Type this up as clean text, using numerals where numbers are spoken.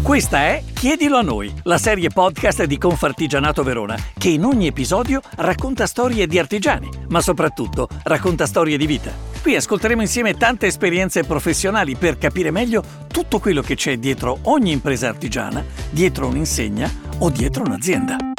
Questa è Chiedilo a noi, la serie podcast di Confartigianato Verona, che in ogni episodio racconta storie di artigiani, ma soprattutto racconta storie di vita. Qui ascolteremo insieme tante esperienze professionali per capire meglio tutto quello che c'è dietro ogni impresa artigiana, dietro un'insegna o dietro un'azienda.